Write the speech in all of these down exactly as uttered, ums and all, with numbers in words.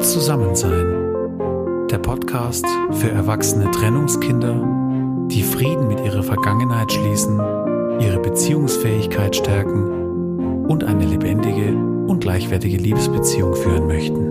Zusammensein. Der Podcast für erwachsene Trennungskinder, die Frieden mit ihrer Vergangenheit schließen, ihre Beziehungsfähigkeit stärken und eine lebendige und gleichwertige Liebesbeziehung führen möchten.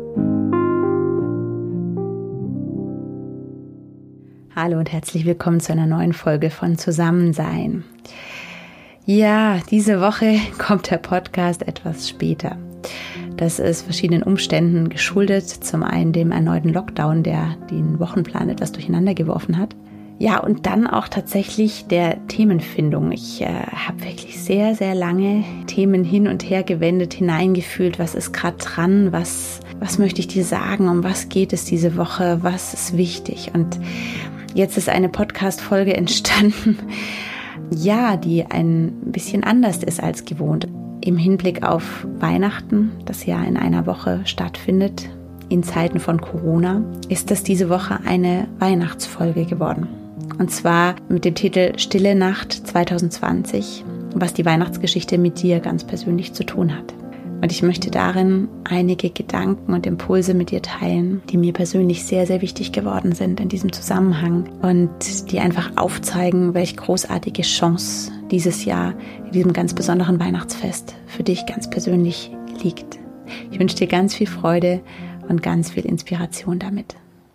Hallo und herzlich willkommen zu einer neuen Folge von Zusammensein. Ja, diese Woche kommt der Podcast etwas später. Das ist verschiedenen Umständen geschuldet. Zum einen dem erneuten Lockdown, der den Wochenplan etwas durcheinander geworfen hat. Ja, und dann auch tatsächlich der Themenfindung. Ich äh, habe wirklich sehr, sehr lange Themen hin und her gewendet, hineingefühlt. Was ist gerade dran? Was, was möchte ich dir sagen? Um was geht es diese Woche? Was ist wichtig? Und jetzt ist eine Podcast-Folge entstanden, ja, die ein bisschen anders ist als gewohnt. Im Hinblick auf Weihnachten, das ja in einer Woche stattfindet, in Zeiten von Corona, ist das diese Woche eine Weihnachtsfolge geworden. Und zwar mit dem Titel Stille Nacht zwanzig zwanzig, was die Weihnachtsgeschichte mit dir ganz persönlich zu tun hat. Und ich möchte darin einige Gedanken und Impulse mit dir teilen, die mir persönlich sehr, sehr wichtig geworden sind in diesem Zusammenhang und die einfach aufzeigen, welche großartige Chance dieses Jahr in diesem ganz besonderen Weihnachtsfest für dich ganz persönlich liegt. Ich wünsche dir ganz viel Freude und ganz viel Inspiration damit.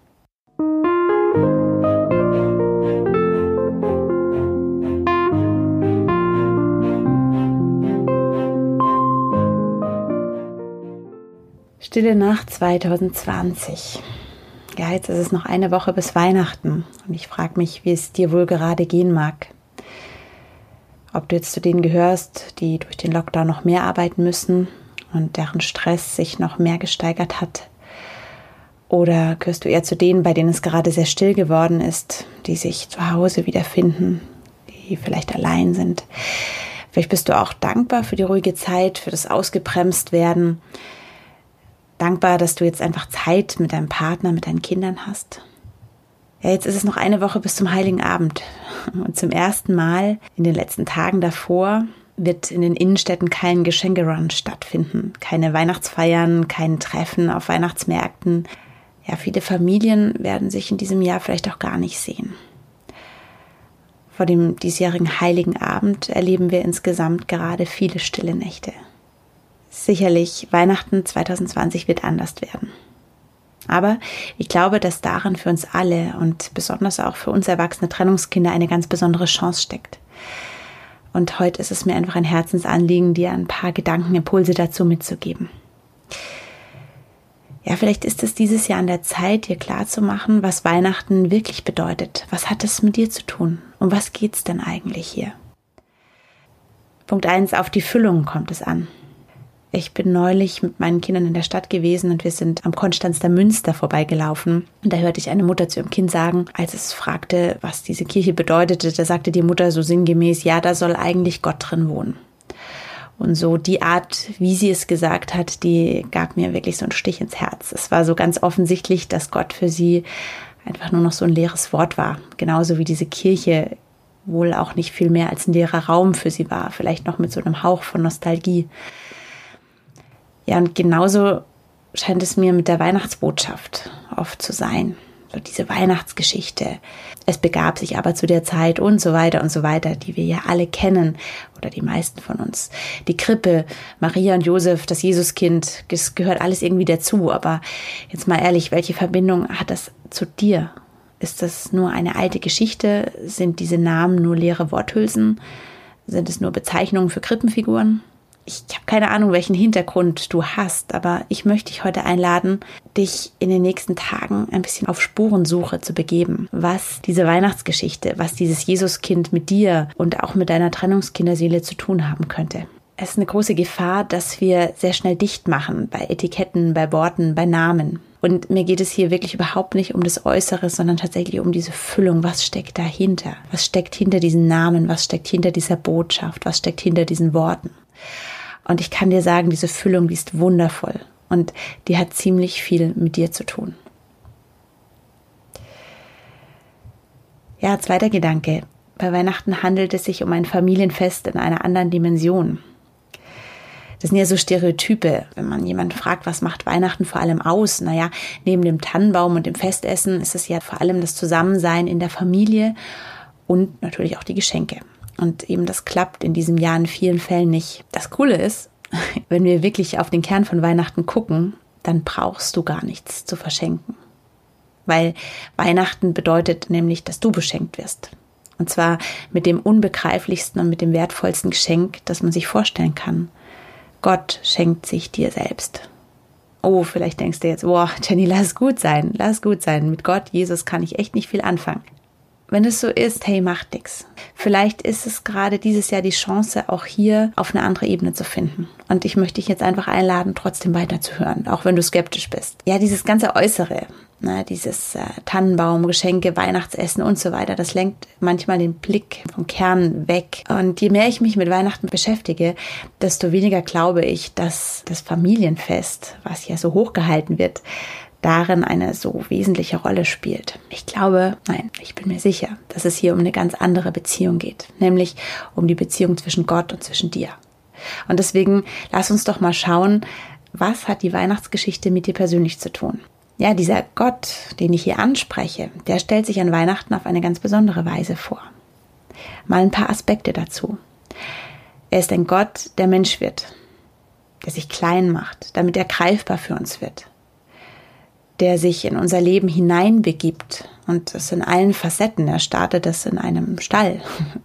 Stille Nacht zwanzig zwanzig. Ja, jetzt ist es noch eine Woche bis Weihnachten und ich frage mich, wie es dir wohl gerade gehen mag. Ob du jetzt zu denen gehörst, die durch den Lockdown noch mehr arbeiten müssen und deren Stress sich noch mehr gesteigert hat. Oder gehörst du eher zu denen, bei denen es gerade sehr still geworden ist, die sich zu Hause wiederfinden, die vielleicht allein sind. Vielleicht bist du auch dankbar für die ruhige Zeit, für das Ausgebremst-Werden. Dankbar, dass du jetzt einfach Zeit mit deinem Partner, mit deinen Kindern hast. Ja, jetzt ist es noch eine Woche bis zum Heiligen Abend. Und zum ersten Mal in den letzten Tagen davor wird in den Innenstädten kein Geschenkerun stattfinden. Keine Weihnachtsfeiern, kein Treffen auf Weihnachtsmärkten. Ja, viele Familien werden sich in diesem Jahr vielleicht auch gar nicht sehen. Vor dem diesjährigen Heiligen Abend erleben wir insgesamt gerade viele stille Nächte. Sicherlich, Weihnachten zwanzig zwanzig wird anders werden. Aber ich glaube, dass darin für uns alle und besonders auch für uns erwachsene Trennungskinder eine ganz besondere Chance steckt. Und heute ist es mir einfach ein Herzensanliegen, dir ein paar Gedankenimpulse dazu mitzugeben. Ja, vielleicht ist es dieses Jahr an der Zeit, dir klarzumachen, was Weihnachten wirklich bedeutet. Was hat es mit dir zu tun? Um was geht's denn eigentlich hier? Punkt eins, auf die Füllung kommt es an. Ich bin neulich mit meinen Kindern in der Stadt gewesen und wir sind am Konstanzer Münster vorbeigelaufen. Und da hörte ich eine Mutter zu ihrem Kind sagen, als es fragte, was diese Kirche bedeutete, da sagte die Mutter so sinngemäß, ja, da soll eigentlich Gott drin wohnen. Und so die Art, wie sie es gesagt hat, die gab mir wirklich so einen Stich ins Herz. Es war so ganz offensichtlich, dass Gott für sie einfach nur noch so ein leeres Wort war. Genauso wie diese Kirche wohl auch nicht viel mehr als ein leerer Raum für sie war. Vielleicht noch mit so einem Hauch von Nostalgie. Ja, und genauso scheint es mir mit der Weihnachtsbotschaft oft zu sein. So diese Weihnachtsgeschichte. Es begab sich aber zu der Zeit und so weiter und so weiter, die wir ja alle kennen oder die meisten von uns. Die Krippe, Maria und Josef, das Jesuskind, das gehört alles irgendwie dazu. Aber jetzt mal ehrlich, welche Verbindung hat das zu dir? Ist das nur eine alte Geschichte? Sind diese Namen nur leere Worthülsen? Sind es nur Bezeichnungen für Krippenfiguren? Ich habe keine Ahnung, welchen Hintergrund du hast, aber ich möchte dich heute einladen, dich in den nächsten Tagen ein bisschen auf Spurensuche zu begeben, was diese Weihnachtsgeschichte, was dieses Jesuskind mit dir und auch mit deiner Trennungskinderseele zu tun haben könnte. Es ist eine große Gefahr, dass wir sehr schnell dicht machen bei Etiketten, bei Worten, bei Namen. Und mir geht es hier wirklich überhaupt nicht um das Äußere, sondern tatsächlich um diese Füllung. Was steckt dahinter? Was steckt hinter diesen Namen? Was steckt hinter dieser Botschaft? Was steckt hinter diesen Worten? Und ich kann dir sagen, diese Füllung, die ist wundervoll und die hat ziemlich viel mit dir zu tun. Ja, zweiter Gedanke. Bei Weihnachten handelt es sich um ein Familienfest in einer anderen Dimension. Das sind ja so Stereotype, wenn man jemanden fragt, was macht Weihnachten vor allem aus? Naja, neben dem Tannenbaum und dem Festessen ist es ja vor allem das Zusammensein in der Familie und natürlich auch die Geschenke. Und eben das klappt in diesem Jahr in vielen Fällen nicht. Das Coole ist, wenn wir wirklich auf den Kern von Weihnachten gucken, dann brauchst du gar nichts zu verschenken. Weil Weihnachten bedeutet nämlich, dass du beschenkt wirst. Und zwar mit dem unbegreiflichsten und mit dem wertvollsten Geschenk, das man sich vorstellen kann. Gott schenkt sich dir selbst. Oh, vielleicht denkst du jetzt, boah, Jenny, lass gut sein, lass gut sein. Mit Gott, Jesus, kann ich echt nicht viel anfangen. Wenn es so ist, hey, macht nix. Vielleicht ist es gerade dieses Jahr die Chance, auch hier auf eine andere Ebene zu finden. Und ich möchte dich jetzt einfach einladen, trotzdem weiterzuhören, auch wenn du skeptisch bist. Ja, dieses ganze Äußere, ne, dieses äh, Tannenbaum, Geschenke, Weihnachtsessen und so weiter, das lenkt manchmal den Blick vom Kern weg. Und je mehr ich mich mit Weihnachten beschäftige, desto weniger glaube ich, dass das Familienfest, was ja so hochgehalten wird, darin eine so wesentliche Rolle spielt. Ich glaube, nein, ich bin mir sicher, dass es hier um eine ganz andere Beziehung geht, nämlich um die Beziehung zwischen Gott und zwischen dir. Und deswegen lass uns doch mal schauen, was hat die Weihnachtsgeschichte mit dir persönlich zu tun? Ja, dieser Gott, den ich hier anspreche, der stellt sich an Weihnachten auf eine ganz besondere Weise vor. Mal ein paar Aspekte dazu. Er ist ein Gott, der Mensch wird, der sich klein macht, damit er greifbar für uns wird, der sich in unser Leben hineinbegibt und es in allen Facetten. Er startet es in einem Stall.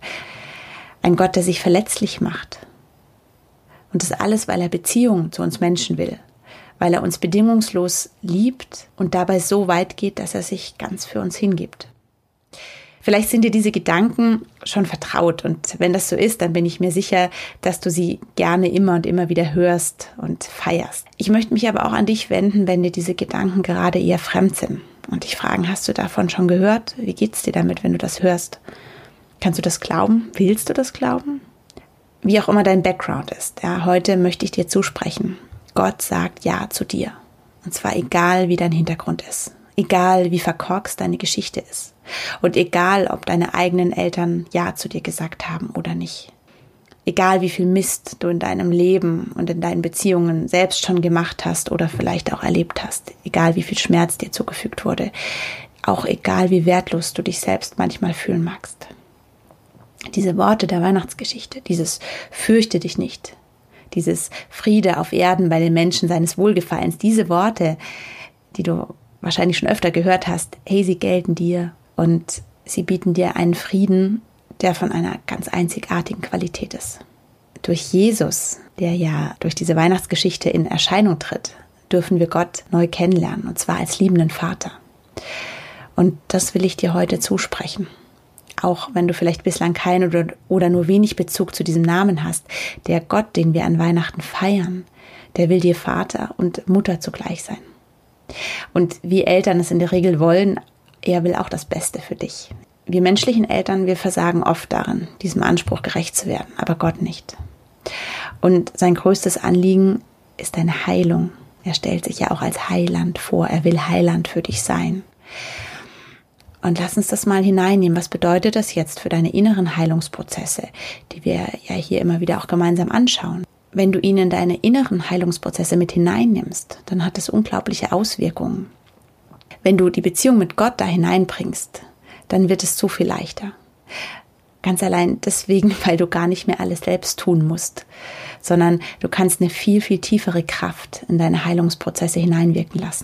Ein Gott, der sich verletzlich macht. Und das alles, weil er Beziehung zu uns Menschen will, weil er uns bedingungslos liebt und dabei so weit geht, dass er sich ganz für uns hingibt. Vielleicht sind dir diese Gedanken schon vertraut und wenn das so ist, dann bin ich mir sicher, dass du sie gerne immer und immer wieder hörst und feierst. Ich möchte mich aber auch an dich wenden, wenn dir diese Gedanken gerade eher fremd sind und dich fragen, hast du davon schon gehört? Wie geht's dir damit, wenn du das hörst? Kannst du das glauben? Willst du das glauben? Wie auch immer dein Background ist, ja, heute möchte ich dir zusprechen. Gott sagt Ja zu dir. Und zwar egal, wie dein Hintergrund ist. Egal, wie verkorkst deine Geschichte ist. Und egal, ob deine eigenen Eltern Ja zu dir gesagt haben oder nicht. Egal, wie viel Mist du in deinem Leben und in deinen Beziehungen selbst schon gemacht hast oder vielleicht auch erlebt hast. Egal, wie viel Schmerz dir zugefügt wurde. Auch egal, wie wertlos du dich selbst manchmal fühlen magst. Diese Worte der Weihnachtsgeschichte, dieses Fürchte dich nicht, dieses Friede auf Erden bei den Menschen seines Wohlgefallens, diese Worte, die du wahrscheinlich schon öfter gehört hast, hey, sie gelten dir und sie bieten dir einen Frieden, der von einer ganz einzigartigen Qualität ist. Durch Jesus, der ja durch diese Weihnachtsgeschichte in Erscheinung tritt, dürfen wir Gott neu kennenlernen, und zwar als liebenden Vater. Und das will ich dir heute zusprechen. Auch wenn du vielleicht bislang keinen oder, oder nur wenig Bezug zu diesem Namen hast, der Gott, den wir an Weihnachten feiern, der will dir Vater und Mutter zugleich sein. Und wie Eltern es in der Regel wollen, er will auch das Beste für dich. Wir menschlichen Eltern, wir versagen oft darin, diesem Anspruch gerecht zu werden, aber Gott nicht. Und sein größtes Anliegen ist deine Heilung. Er stellt sich ja auch als Heiland vor, er will Heiland für dich sein. Und lass uns das mal hineinnehmen. Was bedeutet das jetzt für deine inneren Heilungsprozesse, die wir ja hier immer wieder auch gemeinsam anschauen? Wenn du ihn in deine inneren Heilungsprozesse mit hineinnimmst, dann hat es unglaubliche Auswirkungen. Wenn du die Beziehung mit Gott da hineinbringst, dann wird es so viel leichter. Ganz allein deswegen, weil du gar nicht mehr alles selbst tun musst, sondern du kannst eine viel, viel tiefere Kraft in deine Heilungsprozesse hineinwirken lassen.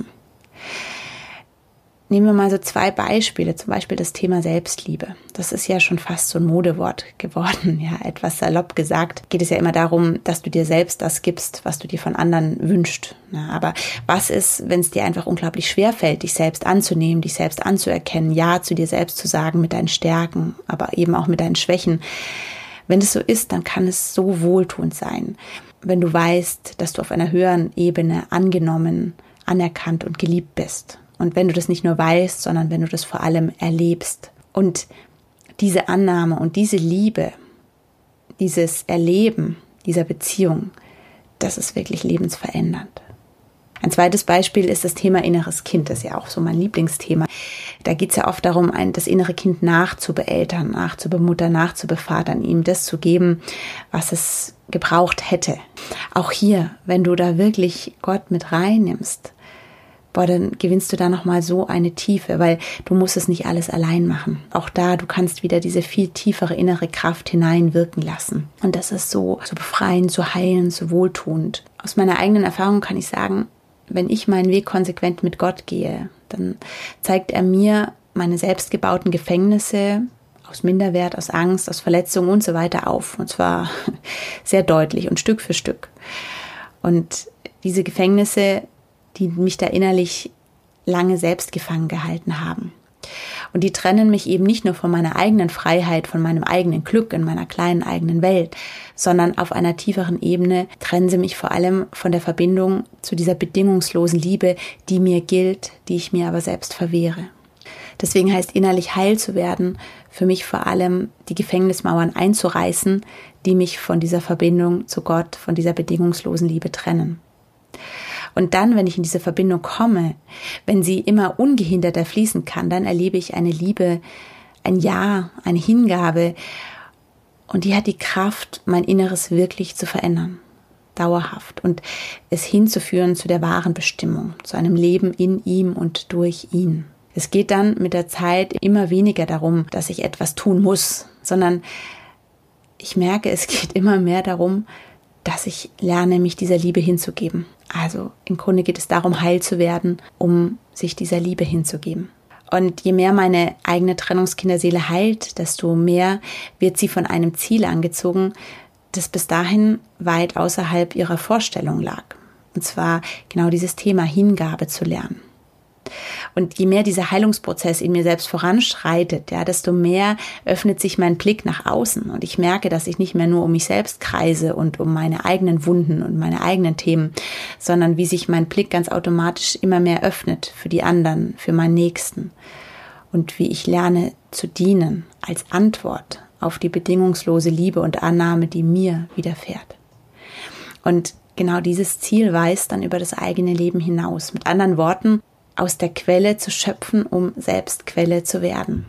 Nehmen wir mal so zwei Beispiele, zum Beispiel das Thema Selbstliebe. Das ist ja schon fast so ein Modewort geworden, ja, etwas salopp gesagt. Geht es ja immer darum, dass du dir selbst das gibst, was du dir von anderen wünschst. Ja, aber was ist, wenn es dir einfach unglaublich schwer fällt, dich selbst anzunehmen, dich selbst anzuerkennen, Ja zu dir selbst zu sagen mit deinen Stärken, aber eben auch mit deinen Schwächen? Wenn es so ist, dann kann es so wohltuend sein, wenn du weißt, dass du auf einer höheren Ebene angenommen, anerkannt und geliebt bist. Und wenn du das nicht nur weißt, sondern wenn du das vor allem erlebst. Und diese Annahme und diese Liebe, dieses Erleben dieser Beziehung, das ist wirklich lebensverändernd. Ein zweites Beispiel ist das Thema inneres Kind. Das ist ja auch so mein Lieblingsthema. Da geht es ja oft darum, ein, das innere Kind nachzubeeltern, nachzubemuttern, nachzubevatern, ihm das zu geben, was es gebraucht hätte. Auch hier, wenn du da wirklich Gott mit reinnimmst, boah, dann gewinnst du da nochmal so eine Tiefe, weil du musst es nicht alles allein machen. Auch da, du kannst wieder diese viel tiefere innere Kraft hineinwirken lassen. Und das ist so, so befreiend, so heilend, so wohltuend. Aus meiner eigenen Erfahrung kann ich sagen, wenn ich meinen Weg konsequent mit Gott gehe, dann zeigt er mir meine selbstgebauten Gefängnisse aus Minderwert, aus Angst, aus Verletzungen und so weiter auf. Und zwar sehr deutlich und Stück für Stück. Und diese Gefängnisse, die mich da innerlich lange selbst gefangen gehalten haben. Und die trennen mich eben nicht nur von meiner eigenen Freiheit, von meinem eigenen Glück in meiner kleinen eigenen Welt, sondern auf einer tieferen Ebene trennen sie mich vor allem von der Verbindung zu dieser bedingungslosen Liebe, die mir gilt, die ich mir aber selbst verwehre. Deswegen heißt innerlich heil zu werden für mich vor allem, die Gefängnismauern einzureißen, die mich von dieser Verbindung zu Gott, von dieser bedingungslosen Liebe trennen. Und dann, wenn ich in diese Verbindung komme, wenn sie immer ungehinderter fließen kann, dann erlebe ich eine Liebe, ein Ja, eine Hingabe. Und die hat die Kraft, mein Inneres wirklich zu verändern, dauerhaft. Und es hinzuführen zu der wahren Bestimmung, zu einem Leben in ihm und durch ihn. Es geht dann mit der Zeit immer weniger darum, dass ich etwas tun muss, sondern ich merke, es geht immer mehr darum, dass ich lerne, mich dieser Liebe hinzugeben. Also im Grunde geht es darum, heil zu werden, um sich dieser Liebe hinzugeben. Und je mehr meine eigene Trennungskinderseele heilt, desto mehr wird sie von einem Ziel angezogen, das bis dahin weit außerhalb ihrer Vorstellung lag. Und zwar genau dieses Thema Hingabe zu lernen. Und je mehr dieser Heilungsprozess in mir selbst voranschreitet, ja, desto mehr öffnet sich mein Blick nach außen. Und ich merke, dass ich nicht mehr nur um mich selbst kreise und um meine eigenen Wunden und meine eigenen Themen, sondern wie sich mein Blick ganz automatisch immer mehr öffnet für die anderen, für meinen Nächsten. Und wie ich lerne zu dienen als Antwort auf die bedingungslose Liebe und Annahme, die mir widerfährt. Und genau dieses Ziel weist dann über das eigene Leben hinaus. Mit anderen Worten, aus der Quelle zu schöpfen, um selbst Quelle zu werden.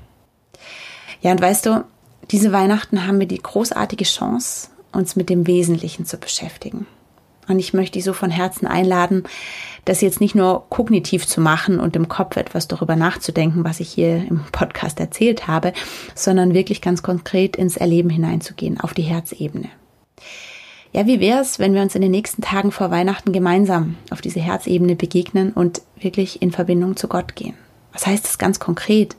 Ja, und weißt du, diese Weihnachten haben wir die großartige Chance, uns mit dem Wesentlichen zu beschäftigen. Und ich möchte dich so von Herzen einladen, das jetzt nicht nur kognitiv zu machen und im Kopf etwas darüber nachzudenken, was ich hier im Podcast erzählt habe, sondern wirklich ganz konkret ins Erleben hineinzugehen, auf die Herzebene. Ja, wie wäre es, wenn wir uns in den nächsten Tagen vor Weihnachten gemeinsam auf diese Herzebene begegnen und wirklich in Verbindung zu Gott gehen? Was heißt das ganz konkret?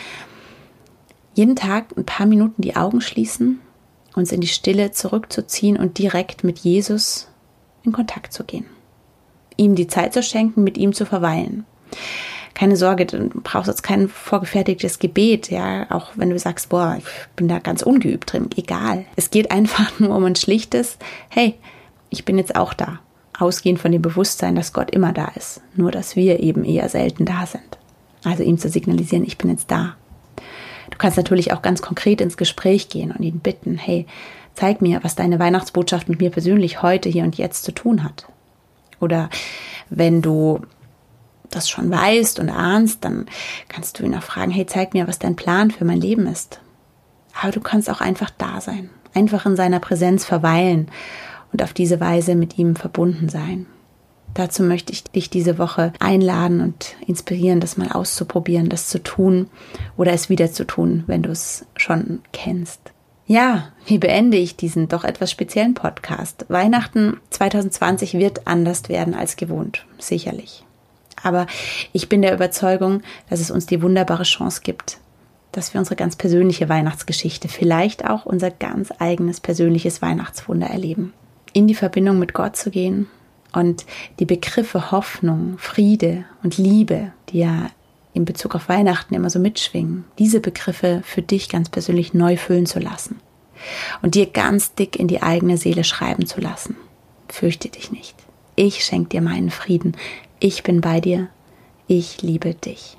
Jeden Tag ein paar Minuten die Augen schließen, uns in die Stille zurückzuziehen und direkt mit Jesus in Kontakt zu gehen. Ihm die Zeit zu schenken, mit ihm zu verweilen. Keine Sorge, du brauchst jetzt kein vorgefertigtes Gebet, ja, auch wenn du sagst, boah, ich bin da ganz ungeübt drin, egal. Es geht einfach nur um ein schlichtes, hey, ich bin jetzt auch da, ausgehend von dem Bewusstsein, dass Gott immer da ist, nur dass wir eben eher selten da sind. Also ihm zu signalisieren, ich bin jetzt da. Du kannst natürlich auch ganz konkret ins Gespräch gehen und ihn bitten, hey, zeig mir, was deine Weihnachtsbotschaft mit mir persönlich heute, hier und jetzt zu tun hat. Oder wenn du das schon weißt und ahnst, dann kannst du ihn auch fragen, hey, zeig mir, was dein Plan für mein Leben ist. Aber du kannst auch einfach da sein, einfach in seiner Präsenz verweilen und auf diese Weise mit ihm verbunden sein. Dazu möchte ich dich diese Woche einladen und inspirieren, das mal auszuprobieren, das zu tun oder es wieder zu tun, wenn du es schon kennst. Ja, wie beende ich diesen doch etwas speziellen Podcast? Weihnachten zwanzig zwanzig wird anders werden als gewohnt, sicherlich. Aber ich bin der Überzeugung, dass es uns die wunderbare Chance gibt, dass wir unsere ganz persönliche Weihnachtsgeschichte, vielleicht auch unser ganz eigenes persönliches Weihnachtswunder erleben. In die Verbindung mit Gott zu gehen und die Begriffe Hoffnung, Friede und Liebe, die ja in Bezug auf Weihnachten immer so mitschwingen, diese Begriffe für dich ganz persönlich neu füllen zu lassen und dir ganz dick in die eigene Seele schreiben zu lassen. Fürchte dich nicht. Ich schenke dir meinen Frieden. Ich bin bei dir. Ich liebe dich.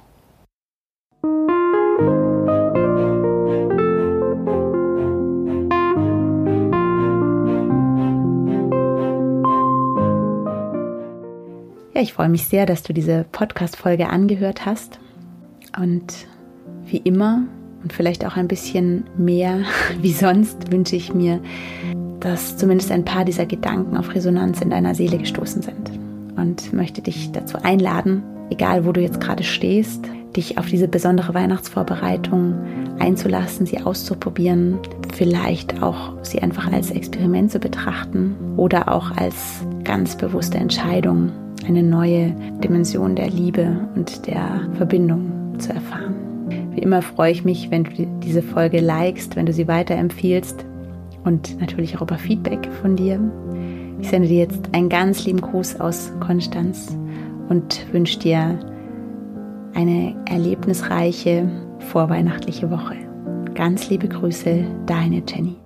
Ja, ich freue mich sehr, dass du diese Podcast-Folge angehört hast. Und wie immer und vielleicht auch ein bisschen mehr wie sonst wünsche ich mir, dass zumindest ein paar dieser Gedanken auf Resonanz in deiner Seele gestoßen sind. Und möchte dich dazu einladen, egal wo du jetzt gerade stehst, dich auf diese besondere Weihnachtsvorbereitung einzulassen, sie auszuprobieren, vielleicht auch sie einfach als Experiment zu betrachten oder auch als ganz bewusste Entscheidung, eine neue Dimension der Liebe und der Verbindung zu erfahren. Wie immer freue ich mich, wenn du diese Folge likest, wenn du sie weiterempfiehlst und natürlich auch über Feedback von dir. Ich sende dir jetzt einen ganz lieben Gruß aus Konstanz und wünsche dir eine erlebnisreiche vorweihnachtliche Woche. Ganz liebe Grüße, deine Jenny.